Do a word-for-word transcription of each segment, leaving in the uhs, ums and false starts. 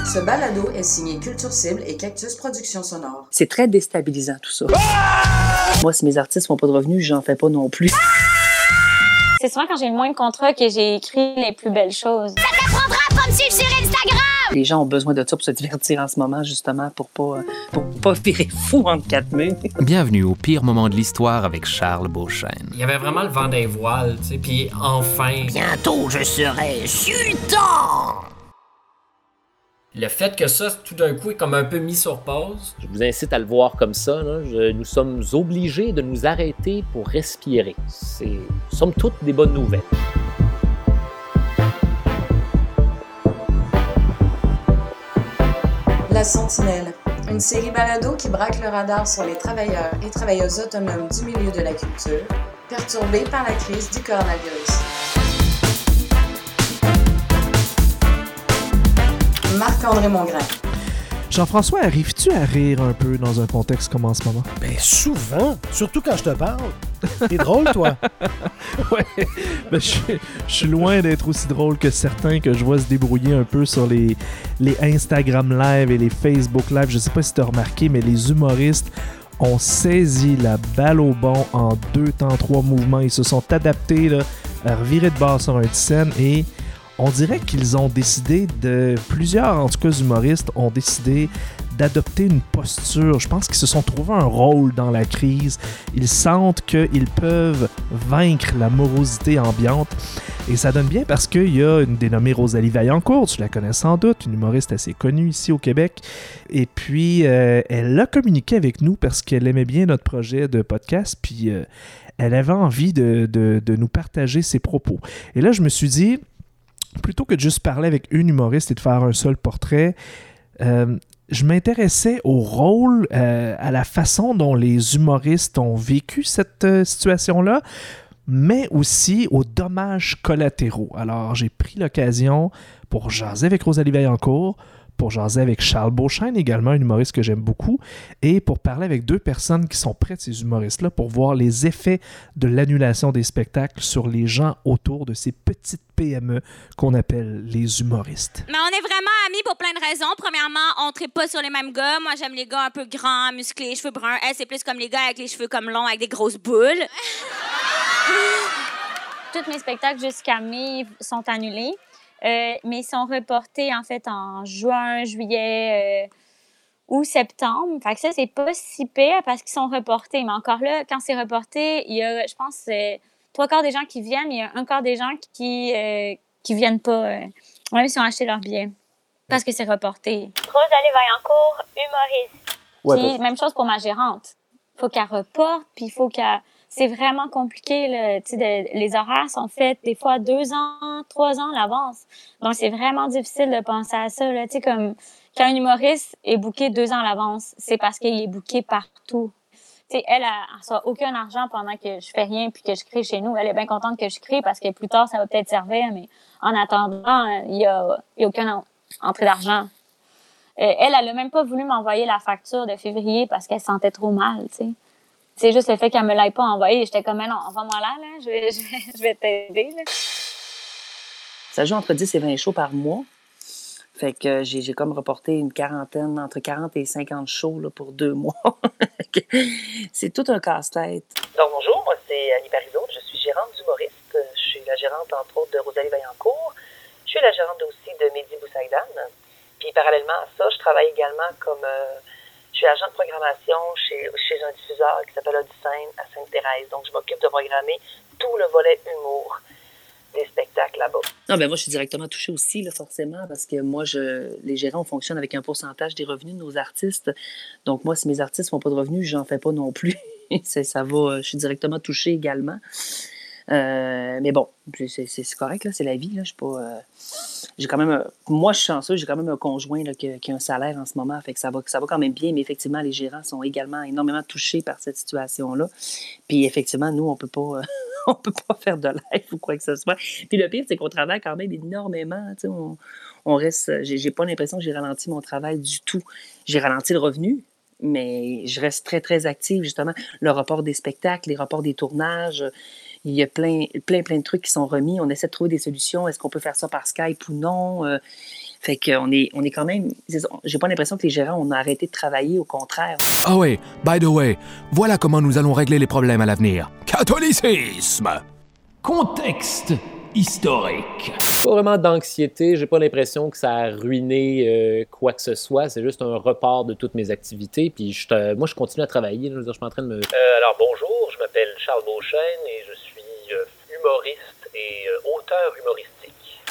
Ce balado est signé Culture Cible et Cactus Productions Sonores. C'est très déstabilisant tout ça. Ah! Moi, si mes artistes font pas de revenus, j'en fais pas non plus. C'est souvent quand j'ai le moins de contrats que j'ai écrit les plus belles choses. Ça t'apprendra à pas me suivre sur Instagram! Les gens ont besoin de ça pour se divertir en ce moment, justement, pour pas, pour pas virer fou entre quatre murs. Bienvenue au pire moment de l'histoire avec Charles Beauchesne. Il y avait vraiment le vent des voiles, tu sais, puis enfin... Bientôt, je serai sultan! Le fait que ça, tout d'un coup, est comme un peu mis sur pause. Je vous incite à le voir comme ça. Là. Je, nous sommes obligés de nous arrêter pour respirer. C'est, somme toute, des bonnes nouvelles. La Sentinelle, une série balado qui braque le radar sur les travailleurs et travailleuses autonomes du milieu de la culture, perturbés par la crise du coronavirus. Marc-André Mongrain. Jean-François, arrives-tu à rire un peu dans un contexte comme en ce moment? Ben souvent, surtout quand je te parle. T'es drôle, toi? Ouais, ben, je, je suis loin d'être aussi drôle que certains que je vois se débrouiller un peu sur les, les Instagram Live et les Facebook Live. Je sais pas si t'as remarqué, mais les humoristes ont saisi la balle au bon en deux temps, trois mouvements. Ils se sont adaptés là, à revirer de bord sur une scène et on dirait qu'ils ont décidé de... Plusieurs, en tout cas, humoristes ont décidé d'adopter une posture. Je pense qu'ils se sont trouvés un rôle dans la crise. Ils sentent qu'ils peuvent vaincre la morosité ambiante. Et ça donne bien parce qu'il y a une dénommée Rosalie Vaillancourt, tu la connais sans doute, une humoriste assez connue ici au Québec. Et puis, euh, elle a communiqué avec nous parce qu'elle aimait bien notre projet de podcast. Puis, euh, elle avait envie de, de, de nous partager ses propos. Et là, je me suis dit... Plutôt que de juste parler avec une humoriste et de faire un seul portrait, euh, je m'intéressais au rôle, euh, à la façon dont les humoristes ont vécu cette euh, situation-là, mais aussi aux dommages collatéraux. Alors, j'ai pris l'occasion pour jaser avec Rosalie Vaillancourt, pour jaser avec Charles Beauchesne, également un humoriste que j'aime beaucoup, et pour parler avec deux personnes qui sont près de ces humoristes-là pour voir les effets de l'annulation des spectacles sur les gens autour de ces petites P M E qu'on appelle les humoristes. Mais on est vraiment amis pour plein de raisons. Premièrement, on ne tripe pas sur les mêmes gars. Moi, j'aime les gars un peu grands, musclés, cheveux bruns. Elle, c'est plus comme les gars avec les cheveux comme longs, avec des grosses boules. Tous mes spectacles jusqu'à mai sont annulés. Euh, mais ils sont reportés, en fait, en juin, juillet euh, ou septembre. Fait que ça, c'est pas si pire parce qu'ils sont reportés. Mais encore là, quand c'est reporté, il y a, je pense, euh, trois quarts des gens qui viennent, il y a un quart des gens qui euh, qui viennent pas, euh, même s'ils ont acheté leur billet, parce que c'est reporté. Rosalie Vaillancourt, humoriste. Ouais, Puis, bah... même chose pour ma gérante. Faut qu'elle reporte, puis il faut qu'elle... C'est vraiment compliqué, là. Tu sais, de, les horaires sont faits des fois deux ans, trois ans à l'avance. Donc, c'est vraiment difficile de penser à ça, là. Tu sais, comme quand un humoriste est booké deux ans à l'avance, c'est parce qu'il est booké partout. Tu sais, elle, elle reçoit aucun argent pendant que je fais rien puis que je crée chez nous. Elle est bien contente que je crée parce que plus tard, ça va peut-être servir, mais en attendant, il y a, il y a aucune en, entrée d'argent. Euh, elle, elle a même pas voulu m'envoyer la facture de février parce qu'elle se sentait trop mal, tu sais. C'est juste le fait qu'elle me l'ait pas envoyé. J'étais comme, mais non, envoie-moi là, là. Je vais, je vais, je vais t'aider, là. Ça joue entre dix et vingt shows par mois. Fait que j'ai, j'ai comme reporté une quarantaine, entre quarante et cinquante shows là, pour deux mois. C'est tout un casse-tête. Donc, bonjour, moi, c'est Annie Parizeau. Je suis gérante d'humoriste. Je suis la gérante, entre autres, de Rosalie Vaillancourt. Je suis la gérante aussi de Mehdi Boussaïdan. Puis, parallèlement à ça, je travaille également comme... Euh, Je suis agent de programmation chez, chez un diffuseur qui s'appelle Odyssène à Sainte-Thérèse. Donc, je m'occupe de programmer tout le volet humour des spectacles là-bas. Non, ben moi, je suis directement touchée aussi, là, forcément, parce que moi, je, les gérants, on fonctionne avec un pourcentage des revenus de nos artistes. Donc, moi, si mes artistes font pas de revenus, j'en fais pas non plus. ça, ça va, je suis directement touchée également. Euh, mais bon, c'est, c'est, c'est correct, là, c'est la vie. Là, je suis pas... Euh, j'ai quand même un, moi, je suis chanceuse, j'ai quand même un conjoint là, qui, qui a un salaire en ce moment, fait que ça va, ça va quand même bien, mais effectivement, les gérants sont également énormément touchés par cette situation-là. Puis effectivement, nous, on peut pas, euh, on peut pas faire de live ou quoi que ce soit. Puis le pire, c'est qu'on travaille quand même énormément. Tu sais, on, on reste, j'ai, j'ai pas l'impression que j'ai ralenti mon travail du tout. J'ai ralenti le revenu, mais je reste très, très active, justement. Le report des spectacles, les reports des tournages. Il y a plein, plein, plein de trucs qui sont remis. On essaie de trouver des solutions. Est-ce qu'on peut faire ça par Skype ou non? Euh, fait qu'on est, on est quand même... J'ai pas l'impression que les gérants, on a arrêté de travailler. Au contraire. Ah oui, by the way, voilà comment nous allons régler les problèmes à l'avenir. Catholicisme! Contexte historique. Pas vraiment d'anxiété, j'ai pas l'impression que ça a ruiné euh, quoi que ce soit, c'est juste un report de toutes mes activités, puis je te, moi je continue à travailler, là, je veux dire, je suis en train de me... Euh, alors bonjour, je m'appelle Charles Beauchesne et je suis euh, humoriste et euh, auteur humoristique.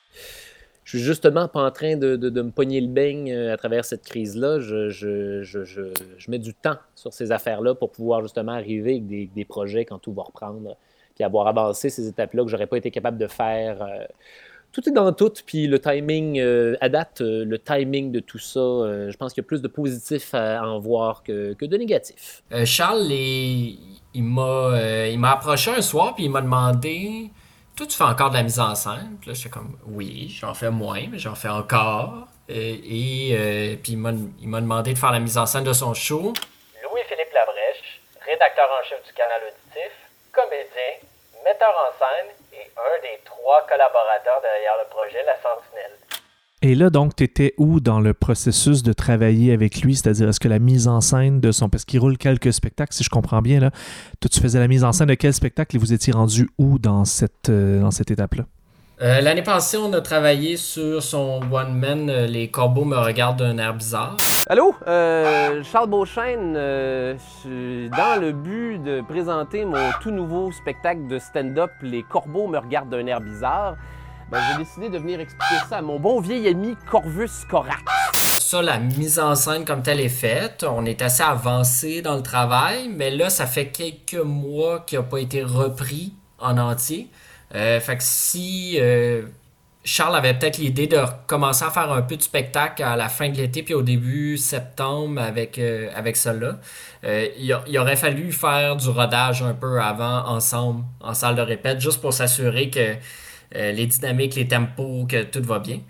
Je suis justement pas en train de, de, de me pogner le beigne euh, à travers cette crise-là, je, je, je, je, je mets du temps sur ces affaires-là pour pouvoir justement arriver avec des, des projets quand tout va reprendre, puis avoir avancé ces étapes-là que j'aurais pas été capable de faire. Euh, tout est dans tout, puis le timing, euh, à date, euh, le timing de tout ça, euh, je pense qu'il y a plus de positif à en voir que, que de négatif. Euh, Charles, les... il, m'a, euh, il m'a approché un soir, puis il m'a demandé « Toi, tu fais encore de la mise en scène? » Puis là, j'étais comme « Oui, j'en fais moins, mais j'en fais encore. » Et euh, puis il m'a, il m'a demandé de faire la mise en scène de son show. Louis-Philippe Labrèche, rédacteur en chef du Canal Auditif, comédien, metteur en scène et un des trois collaborateurs derrière le projet La Sentinelle. Et là, donc, tu étais où dans le processus de travailler avec lui? C'est-à-dire, est-ce que la mise en scène de son... Parce qu'il roule quelques spectacles, si je comprends bien, là. Toi, tu faisais la mise en scène de quel spectacle et vous étiez rendu où dans cette, euh, dans cette étape-là? Euh, l'année passée, on a travaillé sur son one-man euh, « Les corbeaux me regardent d'un air bizarre ». Allô, euh, Charles Beauchesne, euh, je, dans le but de présenter mon tout nouveau spectacle de stand-up « Les corbeaux me regardent d'un air bizarre », ben, j'ai décidé de venir expliquer ça à mon bon vieil ami Corvus Corax. Ça, la mise en scène comme telle est faite. On est assez avancé dans le travail, mais là, ça fait quelques mois qu'il n'a pas été repris en entier. Euh, fait que si euh, Charles avait peut-être l'idée de commencer à faire un peu de spectacle à la fin de l'été puis au début septembre avec, euh, avec cela, euh, il, a, il aurait fallu faire du rodage un peu avant ensemble en salle de répète juste pour s'assurer que euh, les dynamiques, les tempos, que tout va bien.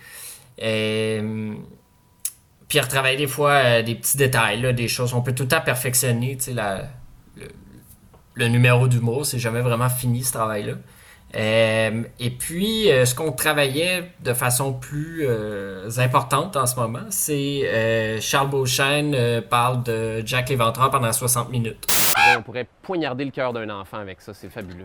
Euh, puis retravailler des fois euh, des petits détails, là, des choses. On peut tout le temps perfectionner, tu sais, la, le, le numéro d'humour, c'est jamais vraiment fini ce travail-là. Euh, et puis, euh, ce qu'on travaillait de façon plus euh, importante en ce moment, c'est euh, Charles Beauchesne euh, parle de Jack l'Éventreur pendant soixante minutes. On pourrait poignarder le cœur d'un enfant avec ça, c'est fabuleux.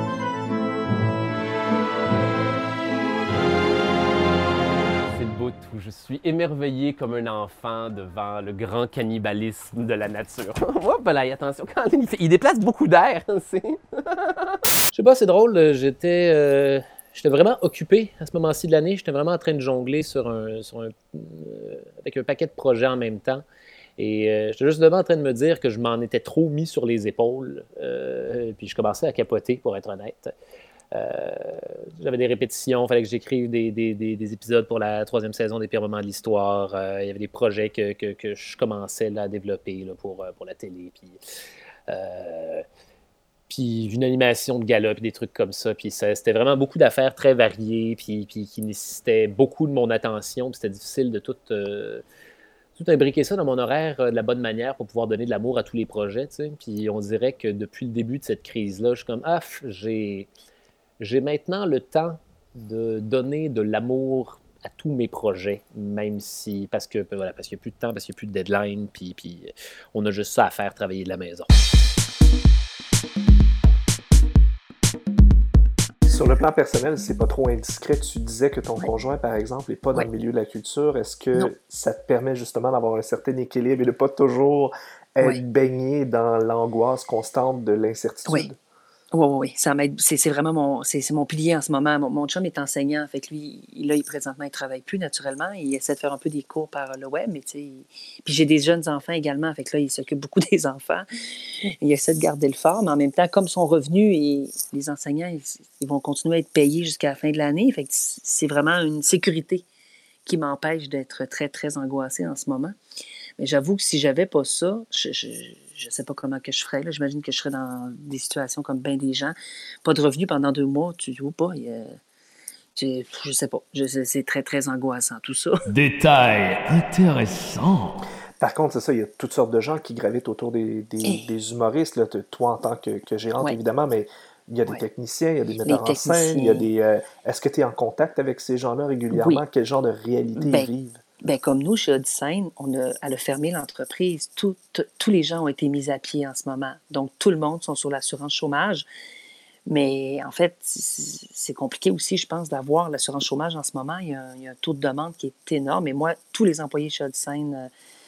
C'est le bout où je suis émerveillé comme un enfant devant le grand cannibalisme de la nature. Hop là, attention, quand il, fait, il déplace beaucoup d'air, c'est... Je sais pas, c'est drôle, j'étais, euh, j'étais vraiment occupé à ce moment-ci de l'année. J'étais vraiment en train de jongler sur un, sur un, euh, avec un paquet de projets en même temps. Et euh, j'étais juste devant en train de me dire que je m'en étais trop mis sur les épaules. Euh, puis je commençais à capoter, pour être honnête. Euh, j'avais des répétitions, il fallait que j'écrive des, des, des, des épisodes pour la troisième saison des Pires moments de l'histoire. Euh, il y avait des projets que, que, que je commençais là, à développer là, pour, pour la télé. Puis... Euh, puis une animation de gala, puis des trucs comme ça. Puis ça, c'était vraiment beaucoup d'affaires très variées, puis, puis qui nécessitaient beaucoup de mon attention. Puis c'était difficile de tout, euh, tout imbriquer ça dans mon horaire euh, de la bonne manière pour pouvoir donner de l'amour à tous les projets. Tu sais. Puis on dirait que depuis le début de cette crise-là, je suis comme « Ah, j'ai, j'ai maintenant le temps de donner de l'amour à tous mes projets, même si... parce que voilà, parce qu'il n'y a plus de temps, parce qu'il n'y a plus de deadline, puis, puis on a juste ça à faire, travailler de la maison. » Sur le plan personnel, c'est pas trop indiscret. Tu disais que ton conjoint, par exemple, n'est pas dans Oui. le milieu de la culture. Est-ce que Non. ça te permet justement d'avoir un certain équilibre et de pas toujours être Oui. baigné dans l'angoisse constante de l'incertitude? Oui. Oui, oui, oui. Ça m'aide. C'est, c'est vraiment mon, c'est, c'est mon pilier en ce moment. Mon, mon chum est enseignant. Fait que lui, là, il, présentement, il travaille plus naturellement. Il essaie de faire un peu des cours par le web. Mais tu sais, il... Puis j'ai des jeunes enfants également. Fait que là, il s'occupe beaucoup des enfants. Il essaie de garder le fort. Mais en même temps, comme son revenu, et les enseignants, ils, ils vont continuer à être payés jusqu'à la fin de l'année. Fait que c'est vraiment une sécurité qui m'empêche d'être très, très angoissée en ce moment. Mais j'avoue que si j'avais pas ça, je, je, je sais pas comment que je ferais. Là. J'imagine que je serais dans des situations comme bien des gens. Pas de revenus pendant deux mois, tu vois pas. Il, euh, je, je sais pas. Je, c'est très, très angoissant, tout ça. Détail intéressant. Par contre, c'est ça, il y a toutes sortes de gens qui gravitent autour des, des, Eh. des humoristes. Là, toi, en tant que, que gérante, Ouais. évidemment, mais Il y a des Ouais. techniciens, il y a des Les metteurs en scène, il y a techniciens. des... euh, est-ce que tu es en contact avec ces gens-là régulièrement? Oui. Quel genre de réalité Ben, ils vivent? ben, comme nous, chez Odyssey, on a, elle a fermé l'entreprise. Tout- tout- tous les gens ont été mis à pied en ce moment. Donc, tout le monde sont sur l'assurance chômage. Mais en fait, c'est c'est compliqué aussi, je pense, d'avoir l'assurance chômage en ce moment. Il y, a, un- il y a un taux de demande qui est énorme. Et moi, tous les employés chez Odyssey, euh,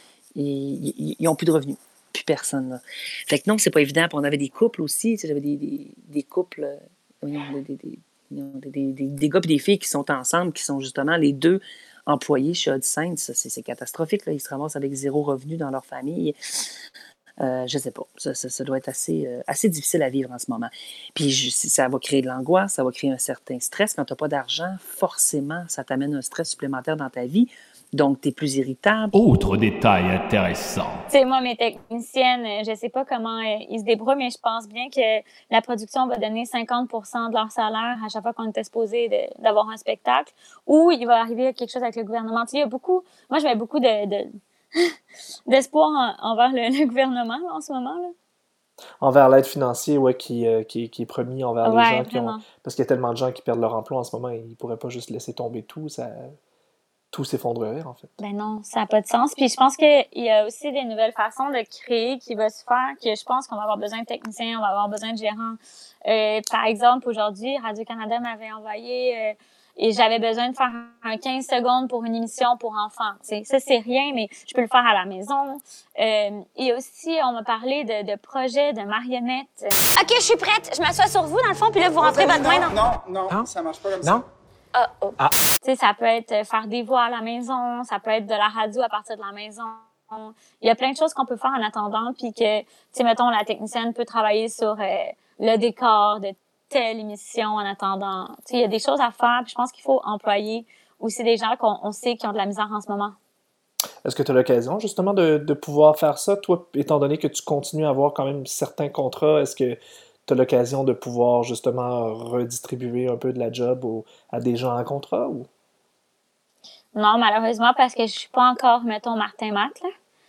ils n'ont plus de revenus. Plus personne. Là. Fait que non, c'est pas évident. Puis on avait des couples aussi. Tu sais, j'avais des, des, des couples, euh, voyons, des, des, des, des, des, des- des gars et des filles qui sont ensemble, qui sont justement les deux employés chez Odyssey. Ça, c'est c'est catastrophique. Là. Ils se ramassent avec zéro revenu dans leur famille. Euh, je sais pas. Ça, ça, ça doit être assez, euh, assez difficile à vivre en ce moment. Puis je- ça va créer de l'angoisse, ça va créer un certain stress. Quand tu n'as pas d'argent, forcément, ça t'amène un stress supplémentaire dans ta vie. Donc, tu es plus irritable. Autre détail intéressant. Tu sais, moi, mes techniciennes, euh, je sais pas comment euh, ils se débrouillent, mais je pense bien que la production va donner cinquante pour cent de leur salaire à chaque fois qu'on était supposé de- d'avoir un spectacle, ou il va arriver quelque chose avec le gouvernement. Tu sais, il y a beaucoup... Moi, je mets beaucoup de, de- d'espoir en- envers le, le gouvernement là, en ce moment. Là. Envers l'aide financière ouais, qui, euh, qui, qui est promis envers Ouais, les gens qui ont... vraiment. Parce qu'il y a tellement de gens qui perdent leur emploi en ce moment, ils ne pourraient pas juste laisser tomber tout, ça... tout s'effondrerait en fait. Ben non, ça n'a pas de sens. Puis je pense qu'il y a aussi des nouvelles façons de créer qui vont se faire, que je pense qu'on va avoir besoin de techniciens, on va avoir besoin de gérants. Euh, par exemple, aujourd'hui, Radio-Canada m'avait envoyé euh, et j'avais besoin de faire un quinze secondes pour une émission pour enfants. C'est, ça, c'est rien, mais je peux le faire à la maison. Euh, et aussi, on m'a parlé de, de projets de marionnettes. OK, je suis prête. Je m'assois sur vous, dans le fond, puis là, vous rentrez votre main dans... Non, non, ça marche pas comme ça. Ah, oh. Tu sais, ça peut être faire des voix à la maison, ça peut être de la radio à partir de la maison. Il y a plein de choses qu'on peut faire en attendant, puis que, tu sais, mettons, la technicienne peut travailler sur euh, le décor de telle émission en attendant. Tu sais, il y a des choses à faire, puis je pense qu'il faut employer aussi des gens qu'on on sait qui ont de la misère en ce moment. Est-ce que tu as l'occasion justement de, de pouvoir faire ça, toi, étant donné que tu continues à avoir quand même certains contrats, est-ce que tu as l'occasion de pouvoir justement redistribuer un peu de la job au, à des gens en contrat ou? Non, malheureusement, parce que je suis pas encore, mettons, Martin Matt, là.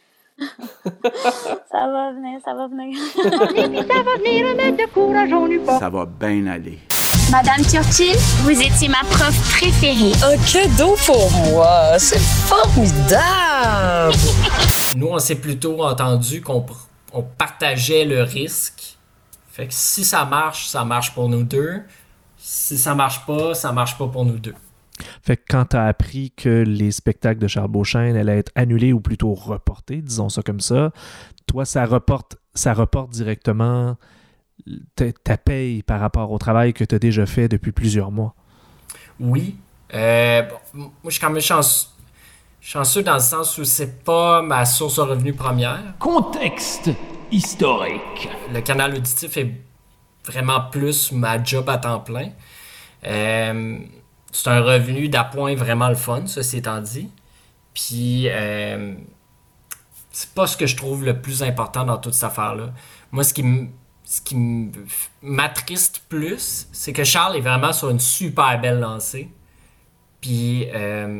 Ça va venir, ça va venir. Ça va venir, mettre de courage, on n'eut pas. Ça va bien aller. Madame Churchill, vous étiez ma prof préférée. Un cadeau pour moi, c'est formidable! Nous, on s'est plutôt entendu qu'on pr- on partageait le risque. Fait que si ça marche, ça marche pour nous deux. Si ça marche pas, ça marche pas pour nous deux. Fait que quand tu as appris que les spectacles de Charles Beauchesne allaient être annulés ou plutôt reportés, disons ça comme ça, toi, ça reporte, ça reporte directement ta, ta paye par rapport au travail que tu as déjà fait depuis plusieurs mois. Oui. Euh, bon, moi, je suis quand même chanceux, chanceux dans le sens où c'est pas ma source de revenus première. Contexte historique. Le canal auditif est vraiment plus ma job à temps plein. Euh, c'est un revenu d'appoint vraiment le fun, ceci étant dit. Puis, euh, c'est pas ce que je trouve le plus important dans toute cette affaire-là. Moi, ce qui me ce qui m'attriste plus, c'est que Charles est vraiment sur une super belle lancée. Puis, euh,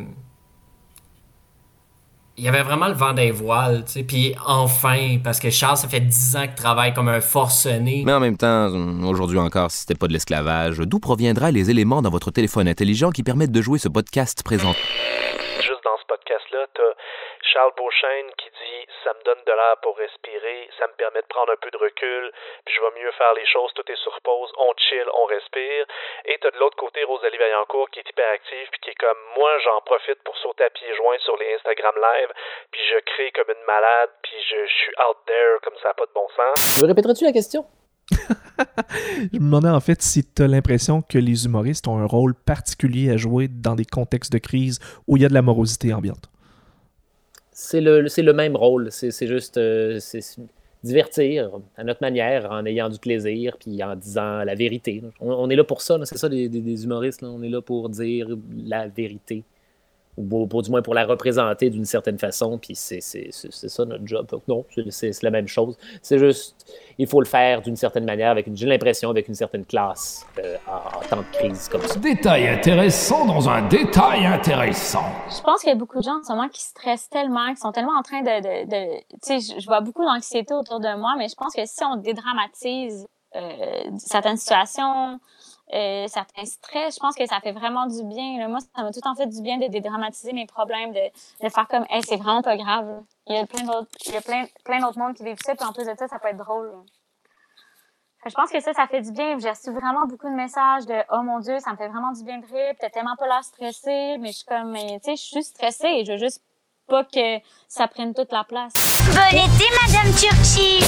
il y avait vraiment le vent des voiles, tu sais. Puis enfin, parce que Charles, ça fait dix ans qu'il travaille comme un forcené. Mais en même temps, aujourd'hui encore, si c'était pas de l'esclavage, d'où proviendraient les éléments dans votre téléphone intelligent qui permettent de jouer ce podcast présent? Juste dans ce podcast-là, t'as Charles Beauchesne qui dit « Ça me donne de l'air pour respirer, ça me permet de prendre un peu de recul, puis je vais mieux faire les choses, tout est sur pause, on chill, on respire. » Et t'as de l'autre côté Rosalie Vaillancourt qui est hyperactive, puis qui est comme « Moi, j'en profite pour sauter à pieds joints sur les Instagram Live, puis je crée comme une malade, puis je, je suis out there comme ça n'a pas de bon sens. » Me répéterais-tu la question? Je me demandais en fait si tu as l'impression que les humoristes ont un rôle particulier à jouer dans des contextes de crise où il y a de la morosité ambiante. C'est le, c'est le même rôle. C'est, c'est juste euh, c'est, c'est divertir à notre manière, en ayant du plaisir, puis en disant la vérité. On, on est là pour ça, là. C'est ça des, des, des humoristes. Là. On est là pour dire la vérité. Ou pour, pour, du moins pour la représenter d'une certaine façon, puis c'est, c'est, c'est, c'est ça notre job. Donc non, c'est, c'est, c'est la même chose. C'est juste, il faut le faire d'une certaine manière, avec une, j'ai l'impression, avec une certaine classe euh, en, en temps de crise comme ça. Détail intéressant dans un détail intéressant. Je pense qu'il y a beaucoup de gens en ce moment qui stressent tellement, qui sont tellement en train de... de, de tu sais, je vois beaucoup d'anxiété autour de moi, mais je pense que si on dédramatise euh, certaines situations, euh, certains stress. Je pense que ça fait vraiment du bien. Là. Moi, ça m'a tout le temps fait du bien de dédramatiser mes problèmes, de, de faire comme hey, c'est vraiment pas grave. Là. Il y a plein d'autres, il y a plein, plein d'autres mondes qui vivent ça, puis en plus de ça, ça peut être drôle. Là. Je pense que ça, ça fait du bien. J'ai reçu vraiment beaucoup de messages de « Oh mon Dieu, ça me fait vraiment du bien de rire. » T'as tellement pas l'air stressée. Mais je suis comme, tu sais, je suis juste stressée et je veux juste pas que ça prenne toute la place. Bon été, Madame Turchi!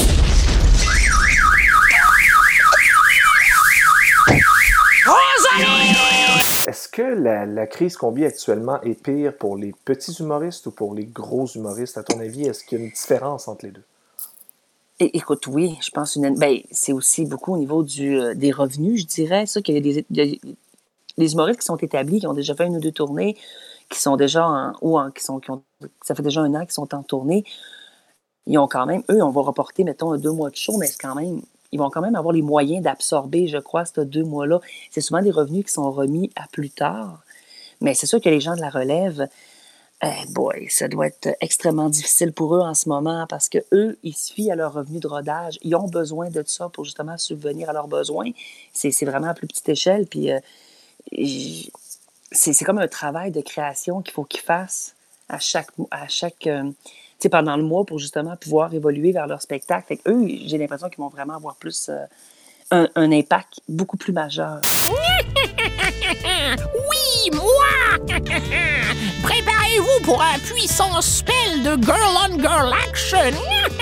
Est-ce que la, la crise qu'on vit actuellement est pire pour les petits humoristes ou pour les gros humoristes? À ton avis, est-ce qu'il y a une différence entre les deux? É- Écoute, oui, je pense une. Ben, c'est aussi beaucoup au niveau du, euh, des revenus, je dirais. Ça, qu'il y a des, il y a des humoristes qui sont établis, qui ont déjà fait une ou deux tournées, qui sont déjà en. ou en, qui sont, qui ont, ça fait déjà un an qu'ils sont en tournée. Ils ont quand même. Eux, on va reporter, mettons, deux mois de show, mais c'est quand même. Ils vont quand même avoir les moyens d'absorber, je crois, ces deux mois-là. C'est souvent des revenus qui sont remis à plus tard. Mais c'est sûr que les gens de la relève. Eh boy, ça doit être extrêmement difficile pour eux en ce moment parce que eux, ils se fient à leurs revenus de rodage. Ils ont besoin de ça pour justement subvenir à leurs besoins. C'est, c'est vraiment à plus petite échelle. Puis euh, c'est, c'est comme un travail de création qu'il faut qu'ils fassent à chaque, à chaque, euh, tu sais, pendant le mois pour justement pouvoir évoluer vers leur spectacle. Fait que eux, j'ai l'impression qu'ils vont vraiment avoir plus euh, un, un impact beaucoup plus majeur. Oui, moi! Préparez-vous pour un puissant spell de girl-on-girl action!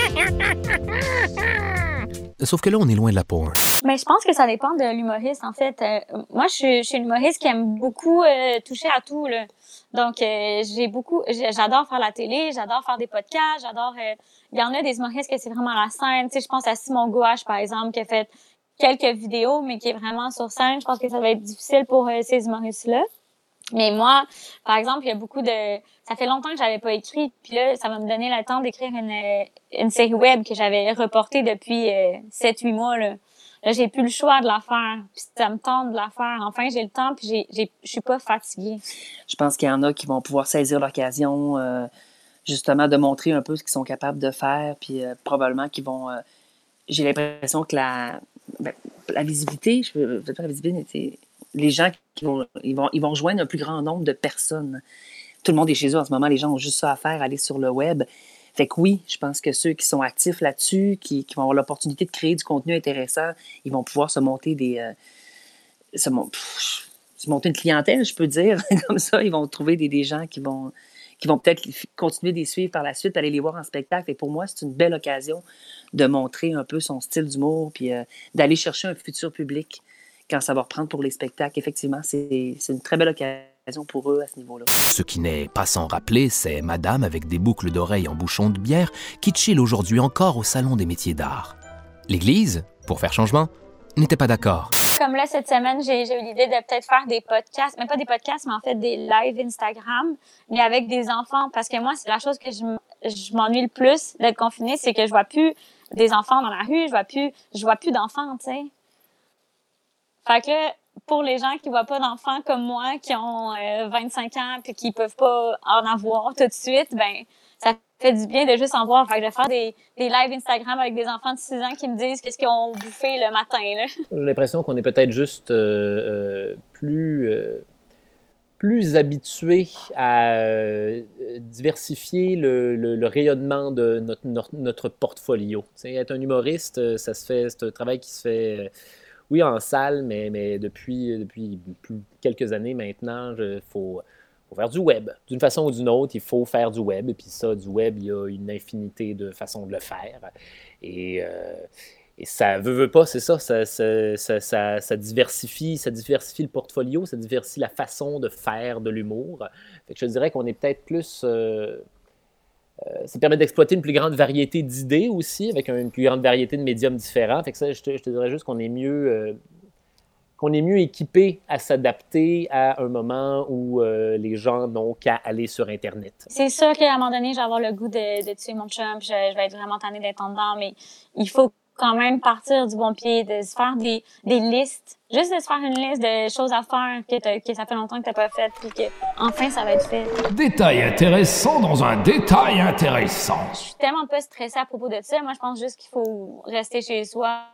Sauf que là, on est loin de la porn. Mais je pense que ça dépend de l'humoriste, en fait. Euh, moi, je suis, je suis une humoriste qui aime beaucoup euh, toucher à tout, là. Donc, euh, j'ai beaucoup... J'adore faire la télé, j'adore faire des podcasts, j'adore... Euh, il y en a des humoristes que c'est vraiment la scène. Tu sais, je pense à Simon Gouache, par exemple, qui a fait quelques vidéos, mais qui est vraiment sur scène. Je pense que ça va être difficile pour euh, ces humoristes-là. Mais moi, par exemple, il y a beaucoup de... Ça fait longtemps que j'avais pas écrit, puis là, ça va me donner le temps d'écrire une, une série web que j'avais reportée depuis euh, sept huit mois, là. Là, j'ai plus le choix de la faire, puis ça me tente de la faire. Enfin, j'ai le temps, puis j'ai, j'ai, je suis pas fatiguée. Je pense qu'il y en a qui vont pouvoir saisir l'occasion, euh, justement, de montrer un peu ce qu'ils sont capables de faire, puis euh, probablement qu'ils vont... Euh, j'ai l'impression que la, ben, la visibilité, je veux pas la visibilité, mais c'est... Les gens qui vont, ils vont, ils vont rejoindre un plus grand nombre de personnes. Tout le monde est chez eux en ce moment. Les gens ont juste ça à faire, aller sur le web. Fait que oui, je pense que ceux qui sont actifs là-dessus, qui, qui vont avoir l'opportunité de créer du contenu intéressant, ils vont pouvoir se monter des... Euh, se, pff, se monter une clientèle, je peux dire. Comme ça, ils vont trouver des, des gens qui vont, qui vont peut-être continuer de les suivre par la suite, aller les voir en spectacle. Et pour moi, c'est une belle occasion de montrer un peu son style d'humour puis euh, d'aller chercher un futur public quand ça va reprendre pour les spectacles. Effectivement, c'est, c'est une très belle occasion pour eux à ce niveau-là. Ce qui n'est pas sans rappeler, c'est Madame avec des boucles d'oreilles en bouchon de bière qui chill aujourd'hui encore au Salon des métiers d'art. L'Église, pour faire changement, n'était pas d'accord. Comme là, cette semaine, j'ai, j'ai eu l'idée de peut-être faire des podcasts, mais pas des podcasts, mais en fait des lives Instagram, mais avec des enfants, parce que moi, c'est la chose que je, je m'ennuie le plus d'être confinée, c'est que je vois plus des enfants dans la rue, je vois plus, je vois plus d'enfants, tu sais. Fait que là, pour les gens qui voient pas d'enfants comme moi, qui ont euh, vingt-cinq ans puis qui peuvent pas en avoir tout de suite, ben ça fait du bien de juste en voir. Fait que je vais faire des, des lives Instagram avec des enfants de six ans qui me disent qu'est-ce qu'ils ont bouffé le matin, là. J'ai l'impression qu'on est peut-être juste euh, euh, plus, euh, plus habitués à euh, diversifier le, le, le rayonnement de notre, notre, notre portfolio. T'sais, être un humoriste, ça se fait, c'est un travail qui se fait... Euh, oui, en salle, mais, mais depuis, depuis plus, quelques années maintenant, il faut, faut faire du web. D'une façon ou d'une autre, il faut faire du web. Et puis ça, du web, il y a une infinité de façons de le faire. Et, euh, et ça veut, veut pas, c'est ça ça, ça, ça, ça, ça diversifie, ça diversifie le portfolio, ça diversifie la façon de faire de l'humour. Fait que je dirais qu'on est peut-être plus... Euh, Euh, ça permet d'exploiter une plus grande variété d'idées aussi, avec une plus grande variété de médiums différents. Fait que ça, je te, je te dirais juste qu'on est mieux, euh, qu'on est mieux équipé à s'adapter à un moment où euh, les gens n'ont qu'à aller sur Internet. C'est sûr qu'à un moment donné, je vais avoir le goût de, de tuer mon chum, puis je, je vais être vraiment tannée d'être en dedans, mais il faut quand même partir du bon pied, de se faire des, des listes. Juste de se faire une liste de choses à faire que, que ça fait longtemps que t'as pas fait, puis que enfin ça va être fait. Détail intéressant dans un détail intéressant. Je suis tellement pas stressée à propos de ça. Moi, je pense juste qu'il faut rester chez soi,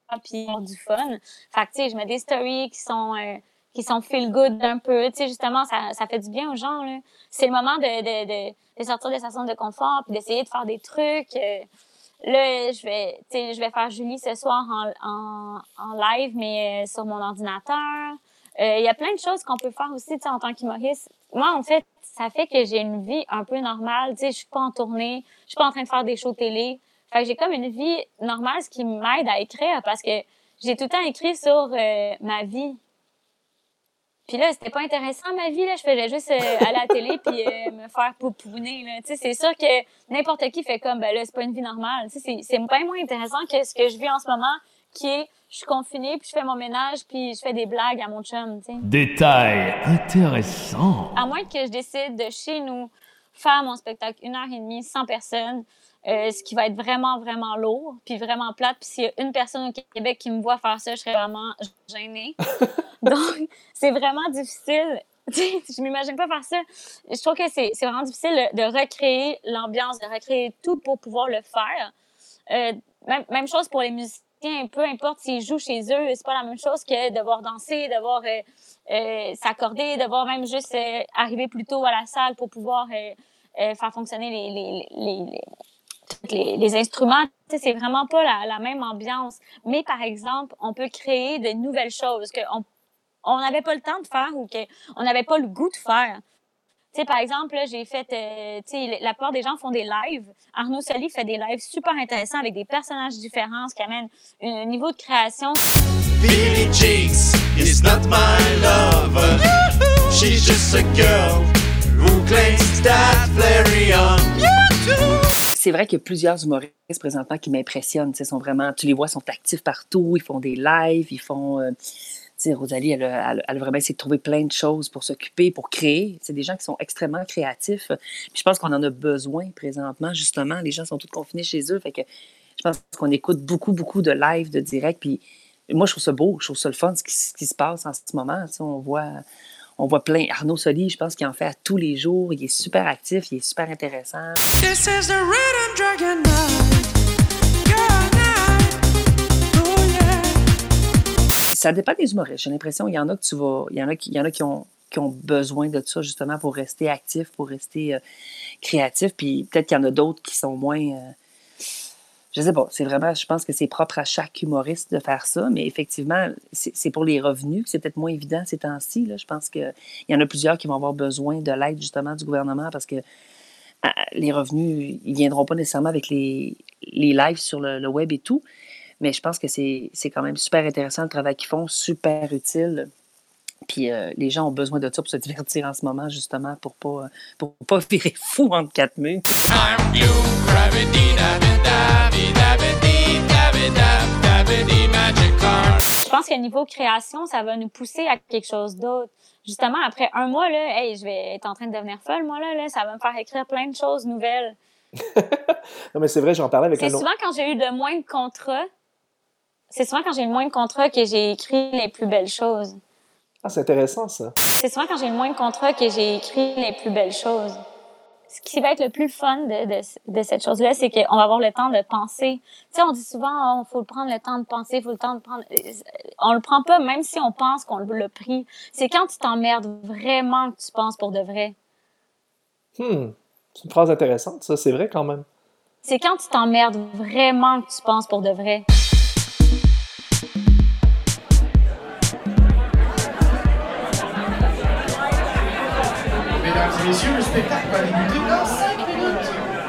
puis avoir du fun. Fait que, tu sais, je mets des stories qui sont, euh, qui sont feel good un peu. Tu sais, justement, ça, ça fait du bien aux gens, là. C'est le moment de, de, de, de sortir de sa zone de confort puis d'essayer de faire des trucs. Euh, là, je vais, tu sais, je vais faire Julie ce soir en, en, en live, mais euh, sur mon ordinateur. Il euh, y a plein de choses qu'on peut faire aussi, tu sais, en tant qu'humoriste. Moi, en fait, ça fait que j'ai une vie un peu normale. Tu sais, je suis pas en tournée, je suis pas en train de faire des shows télé. Fait que j'ai comme une vie normale, ce qui m'aide à écrire parce que j'ai tout le temps écrit sur euh, ma vie. Puis là, c'était pas intéressant, ma vie, là. Je faisais juste euh, aller à la télé puis euh, me faire poupouner, là. Tu sais, c'est sûr que n'importe qui fait comme, ben là, c'est pas une vie normale. Tu sais, c'est, c'est bien moins intéressant que ce que je vis en ce moment, qui est, je suis confinée puis je fais mon ménage puis je fais des blagues à mon chum, tu sais. Détail intéressant. À moins que je décide de chez nous faire mon spectacle une heure et demie sans personne, euh, ce qui va être vraiment, vraiment lourd puis vraiment plate. Puis s'il y a une personne au Québec qui me voit faire ça, je serais vraiment gênée. Donc, c'est vraiment difficile. Je m'imagine pas faire ça. Je trouve que c'est, c'est vraiment difficile de recréer l'ambiance, de recréer tout pour pouvoir le faire. Euh, même, même chose pour les musiciens, peu importe s'ils jouent chez eux, c'est pas la même chose que devoir danser, devoir euh, euh, s'accorder, devoir même juste euh, arriver plus tôt à la salle pour pouvoir euh, euh, faire fonctionner les, les, les, les, les, les instruments. Tu sais, c'est vraiment pas la, la même ambiance. Mais par exemple, on peut créer de nouvelles choses qu'on on n'avait pas le temps de faire ou qu'on n'avait pas le goût de faire. Tu sais, par exemple, là, j'ai fait, euh, tu sais, la plupart des gens font des lives. Arnaud Soli fait des lives super intéressants avec des personnages différents, ce qui amène un niveau de création. Billie Jeans is not my lover. She's just a girl who claims that Flareon. C'est vrai qu'il y a plusieurs humoristes présentement qui m'impressionnent. Ils sont vraiment, tu les vois, sont actifs partout. Ils font des lives, ils font... Euh, tu sais, Rosalie, elle a, elle, elle a vraiment essayé de trouver plein de choses pour s'occuper, pour créer. C'est des gens qui sont extrêmement créatifs. Puis je pense qu'on en a besoin présentement, justement. Les gens sont tous confinés chez eux. Fait que je pense qu'on écoute beaucoup, beaucoup de live, de direct. Puis moi, je trouve ça beau, je trouve ça le fun, ce qui, ce qui se passe en ce moment. Tu sais, on voit... On voit plein. Arnaud Soli, je pense qu'il en fait à tous les jours. Il est super actif, il est super intéressant. This is the rhythm dragon night. Girl night. Oh yeah. Ça dépend des humoristes. J'ai l'impression qu'il y en a que tu vas. Il y en a qui, il y en a qui ont, qui ont besoin de ça justement pour rester actifs, pour rester euh, créatifs. Puis peut-être qu'il y en a d'autres qui sont moins. Euh, Je sais pas, c'est vraiment, je pense que c'est propre à chaque humoriste de faire ça, mais effectivement, c'est, c'est pour les revenus que c'est peut-être moins évident ces temps-ci. Là. Je pense qu'il y en a plusieurs qui vont avoir besoin de l'aide justement du gouvernement parce que euh, les revenus, ils viendront pas nécessairement avec les, les lives sur le, le web et tout, mais je pense que c'est, c'est quand même super intéressant le travail qu'ils font, super utile. Puis euh, les gens ont besoin de ça pour se divertir en ce moment, justement, pour pas, pour pas virer fou entre quatre murs. Je pense qu'à niveau création, ça va nous pousser à quelque chose d'autre. Justement, après un mois, là, hey, je vais être en train de devenir folle, moi, là, là, ça va me faire écrire plein de choses nouvelles. Non, mais c'est vrai, j'en parlais avec C'est un autre. souvent quand j'ai eu de moins de contrats, c'est souvent quand j'ai eu moins de contrats que j'ai écrit les plus belles choses. Ah, c'est intéressant, ça. C'est souvent quand j'ai eu moins de contrats que j'ai écrit les plus belles choses. Ce qui va être le plus fun de, de, de cette chose-là, c'est qu'on va avoir le temps de penser. Tu sais, on dit souvent, il faut prendre le temps de penser, il faut le temps de prendre... On le prend pas, même si on pense qu'on l'a pris. C'est quand tu t'emmerdes vraiment que tu penses pour de vrai. Hmm, c'est une phrase intéressante, ça, c'est vrai quand même. C'est quand tu t'emmerdes vraiment que tu penses pour de vrai. Mesdames et messieurs, le spectacle va débuter dans cinq minutes.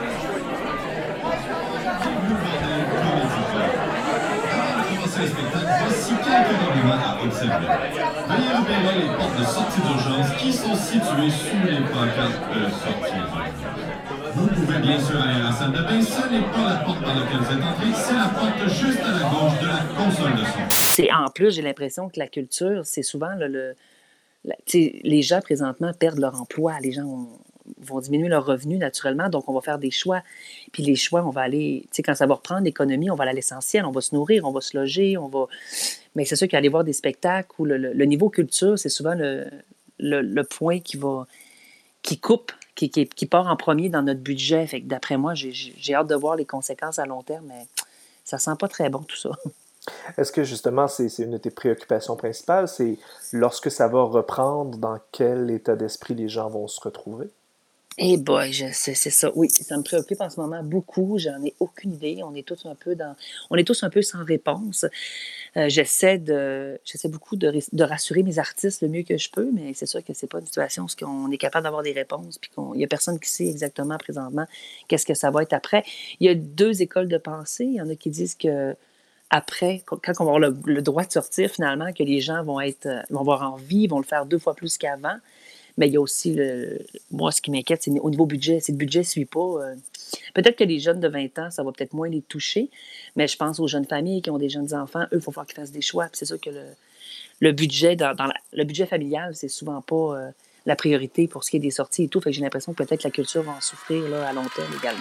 Commencer le spectacle, voici quelques règlements à observer. Veuillez repérer les portes de sortie d'urgence qui sont situées sur les pancartes de sortie. Vous pouvez bien sûr aller à la salle de bain, ce n'est pas la porte par laquelle vous êtes entré, c'est la porte juste à la gauche de la console de son. C'est, en plus, j'ai l'impression que la culture, c'est souvent le... le la, les gens, présentement, perdent leur emploi. Les gens ont, vont diminuer leurs revenus, naturellement, donc on va faire des choix. Puis les choix, on va aller... Tu sais, quand ça va reprendre l'économie, on va aller à l'essentiel, on va se nourrir, on va se loger, on va... Mais c'est sûr qu'aller voir des spectacles où le, le, le niveau culture, c'est souvent le, le, le point qui va... qui coupe, qui, qui, qui part en premier dans notre budget. Fait que d'après moi, j'ai, j'ai hâte de voir les conséquences à long terme, mais ça sent pas très bon, tout ça. Est-ce que justement, c'est, c'est une de tes préoccupations principales? C'est lorsque ça va reprendre, dans quel état d'esprit les gens vont se retrouver? Eh boy, je sais, c'est ça. Oui, ça me préoccupe en ce moment beaucoup. J'en ai aucune idée. On est tous un peu dans, on est tous un peu sans réponse. Euh, j'essaie de, j'essaie beaucoup de, de rassurer mes artistes le mieux que je peux, mais c'est sûr que c'est pas une situation où on est capable d'avoir des réponses, puis qu'il y a personne qui sait exactement présentement qu'est-ce que ça va être après. Il y a deux écoles de pensée. Il y en a qui disent que après, quand on va avoir le, le droit de sortir finalement, que les gens vont être, vont avoir envie, vont le faire deux fois plus qu'avant. Mais il y a aussi, le, moi, ce qui m'inquiète, c'est au niveau budget. Si le budget ne suit pas, euh, peut-être que les jeunes de vingt ans, ça va peut-être moins les toucher, mais je pense aux jeunes familles qui ont des jeunes enfants, eux, il faut falloir qu'ils fassent des choix. Puis c'est sûr que le, le budget, dans, dans la, le budget familial, c'est souvent pas euh, la priorité pour ce qui est des sorties et tout. Fait que j'ai l'impression que peut-être la culture va en souffrir là, à long terme également.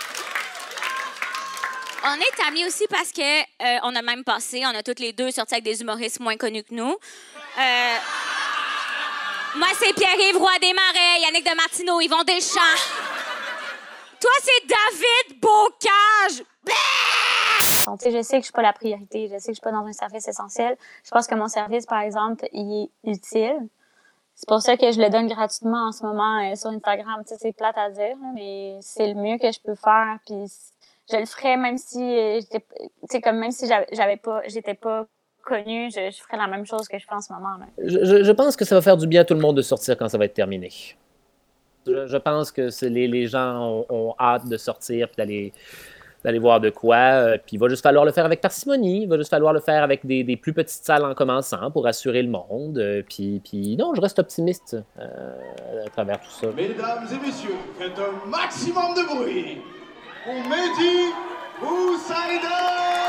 On est amis aussi parce que euh, on a même passé, on a toutes les deux sorti avec des humoristes moins connus que nous. Euh, Moi, c'est Pierre-Yves Roy Desmarais, Yannick de Martineau, Yvon Deschamps. Toi, c'est David Bocage. Donc, tu sais, je sais que je suis pas la priorité. Je sais que je suis pas dans un service essentiel. Je pense que mon service, par exemple, il est utile. C'est pour ça que je le donne gratuitement en ce moment euh, sur Instagram. Tu sais, c'est plate à dire, là, mais c'est le mieux que je peux faire. Puis je le ferais même si euh, j'étais, tu sais, comme même si j'avais, j'avais pas, j'étais pas connue, je, je ferais la même chose que je fais en ce moment. Là. Je, je pense que ça va faire du bien à tout le monde de sortir quand ça va être terminé. Je, je pense que c'est les, les gens ont, ont hâte de sortir puis d'aller, d'aller voir de quoi. Euh, puis il va juste falloir le faire avec parcimonie. Il va juste falloir le faire avec des, des plus petites salles en commençant pour assurer le monde. Euh, puis, puis non, je reste optimiste euh, à travers tout ça. Mesdames et messieurs, faites un maximum de bruit pour Mehdi Boussaïdan!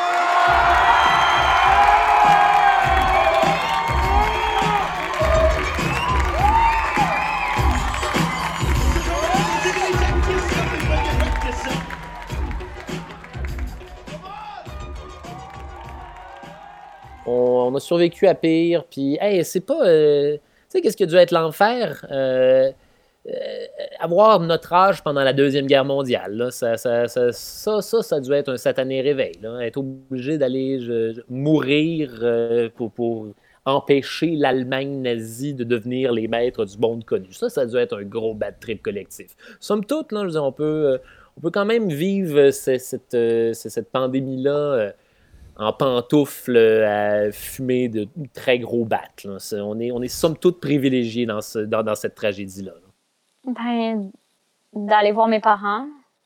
On, on a survécu à pire, puis hey, c'est pas... Euh, tu sais, qu'est-ce qui a dû être l'enfer? Euh, euh, avoir notre âge pendant la Deuxième Guerre mondiale, là, ça, ça, ça, ça, ça, ça a dû être un satané réveil. Là, être obligé d'aller je, je, mourir euh, pour, pour empêcher l'Allemagne nazie de devenir les maîtres du monde connu. Ça, ça a dû être un gros bad trip collectif. Somme toute, là, je veux dire, on peut, on peut quand même vivre cette, cette, cette pandémie-là euh, en pantoufles à fumer de très gros battes. Là. On est, on est somme toute privilégiés dans, ce, dans, dans cette tragédie-là. Là. Ben, d'aller voir mes parents.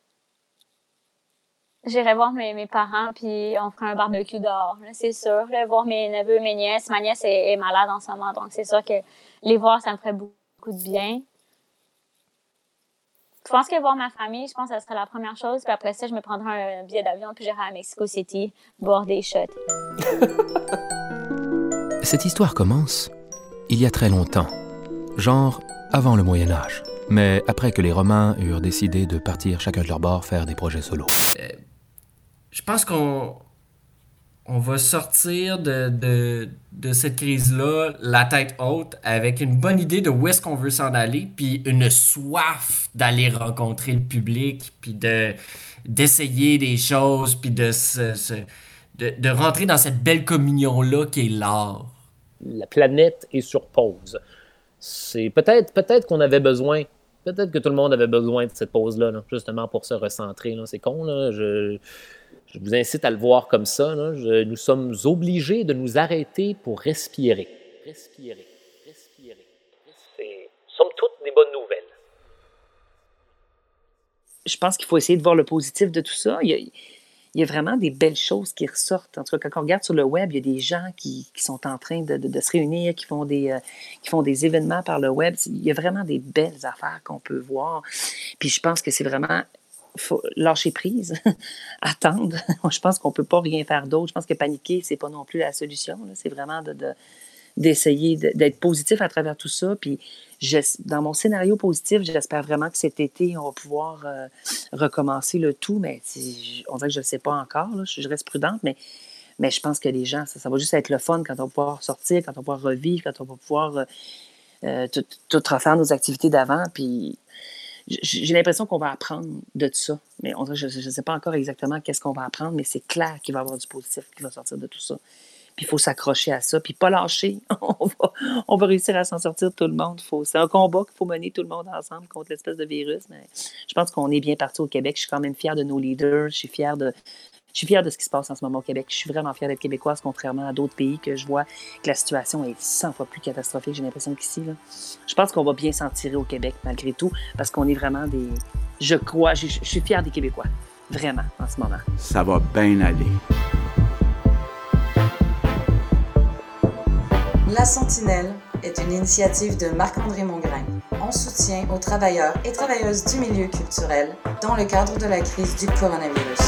J'irai voir mes, mes parents, puis on fera un barbecue dehors, là, c'est sûr. Là, voir mes neveux, mes nièces. Ma nièce est, est malade en ce moment, donc c'est sûr que les voir, ça me ferait beaucoup de bien. Je pense que voir ma famille, je pense que ça serait la première chose. Puis après ça, je me prendrai un billet d'avion, puis j'irai à Mexico City boire des shots. Cette histoire commence il y a très longtemps, genre avant le Moyen Âge. Mais après que les Romains eurent décidé de partir chacun de leur bord faire des projets solo. Euh, je pense qu'on on va sortir de, de, de cette crise-là la tête haute avec une bonne idée de où est-ce qu'on veut s'en aller, puis une soif d'aller rencontrer le public, puis de, d'essayer des choses, puis de, se, se, de, de rentrer dans cette belle communion-là qui est l'art. La planète est sur pause. C'est peut-être, peut-être qu'on avait besoin, peut-être que tout le monde avait besoin de cette pause-là, là, justement pour se recentrer. Là. C'est con, là. Je, je vous incite à le voir comme ça. Là. Je, nous sommes obligés de nous arrêter pour respirer. Respirer, respirer. C'est, somme toute, des bonnes nouvelles. Je pense qu'il faut essayer de voir le positif de tout ça. Il y a, il y a vraiment des belles choses qui ressortent. En tout cas, quand on regarde sur le web, il y a des gens qui, qui sont en train de, de, de se réunir, qui font, des, euh, qui font des événements par le web. Il y a vraiment des belles affaires qu'on peut voir. Puis je pense que c'est vraiment... faut lâcher prise, attendre. Je pense qu'on ne peut pas rien faire d'autre. Je pense que paniquer, ce n'est pas non plus la solution. Là. C'est vraiment de, de, d'essayer de, d'être positif à travers tout ça. Puis je, dans mon scénario positif, j'espère vraiment que cet été, on va pouvoir euh, recommencer le tout. Mais on dirait que je ne le sais pas encore. Là. Je, je reste prudente, mais, mais je pense que les gens, ça, ça va juste être le fun quand on va pouvoir sortir, quand on va pouvoir revivre, quand on va pouvoir euh, tout, tout refaire nos activités d'avant. Puis j'ai l'impression qu'on va apprendre de ça. Mais on, je ne sais pas encore exactement qu'est-ce qu'on va apprendre, mais c'est clair qu'il va y avoir du positif qui va sortir de tout ça. Puis il faut s'accrocher à ça, puis pas lâcher. on, va, on va réussir à s'en sortir tout le monde. Faut, c'est un combat qu'il faut mener tout le monde ensemble contre l'espèce de virus. Mais je pense qu'on est bien parti au Québec. Je suis quand même fière de nos leaders. Je suis fière de, je suis fière de ce qui se passe en ce moment au Québec. Je suis vraiment fière d'être québécoise, contrairement à d'autres pays que je vois que la situation est cent fois plus catastrophique. J'ai l'impression qu'ici, là, je pense qu'on va bien s'en tirer au Québec malgré tout, parce qu'on est vraiment des... Je crois, je, je suis fière des Québécois. Vraiment, en ce moment. Ça va bien aller. La Sentinelle est une initiative de Marc-André Mongrain en soutien aux travailleurs et travailleuses du milieu culturel dans le cadre de la crise du coronavirus.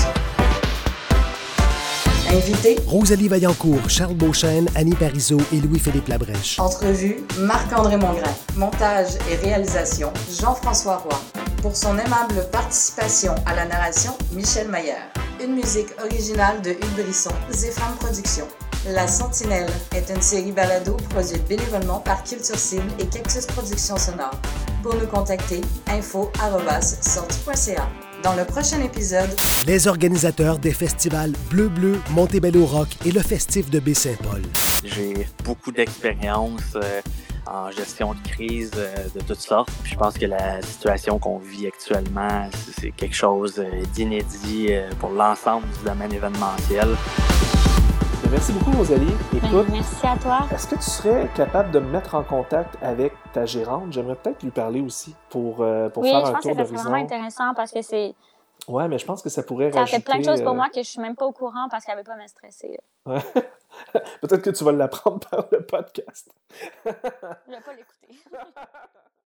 Invités: Rosalie Vaillancourt, Charles Beauchesne, Annie Parizeau et Louis-Philippe Labrèche. Entrevue: Marc-André Mongrain. Montage et réalisation: Jean-François Roy. Pour son aimable participation à la narration, Michel Mayer. Une musique originale de Hugues Brisson, Zéphane Productions. La Sentinelle est une série balado produite bénévolement par Culture Cible et Cactus Productions Sonores. Pour nous contacter, info arobase sortie point c a. Dans le prochain épisode, les organisateurs des festivals Bleu Bleu, Montebello Rock et le Festif de Baie-Saint-Paul. J'ai beaucoup d'expérience euh, en gestion de crise euh, de toutes sortes. Je pense que la situation qu'on vit actuellement, c'est quelque chose d'inédit euh, pour l'ensemble du domaine événementiel. Merci beaucoup, Rosalie. Écoute, ben, merci à toi. Est-ce que tu serais capable de me mettre en contact avec ta gérante? J'aimerais peut-être lui parler aussi pour, euh, pour oui, faire un tour d'horizon. Oui, je pense que c'est vraiment intéressant parce que c'est... Ouais, mais je pense que ça pourrait ça rajouter... fait plein de choses pour euh... moi que je suis même pas au courant parce qu'elle veut pas me stresser. Ouais. Peut-être que tu vas l'apprendre par le podcast. Je vais pas l'écouter.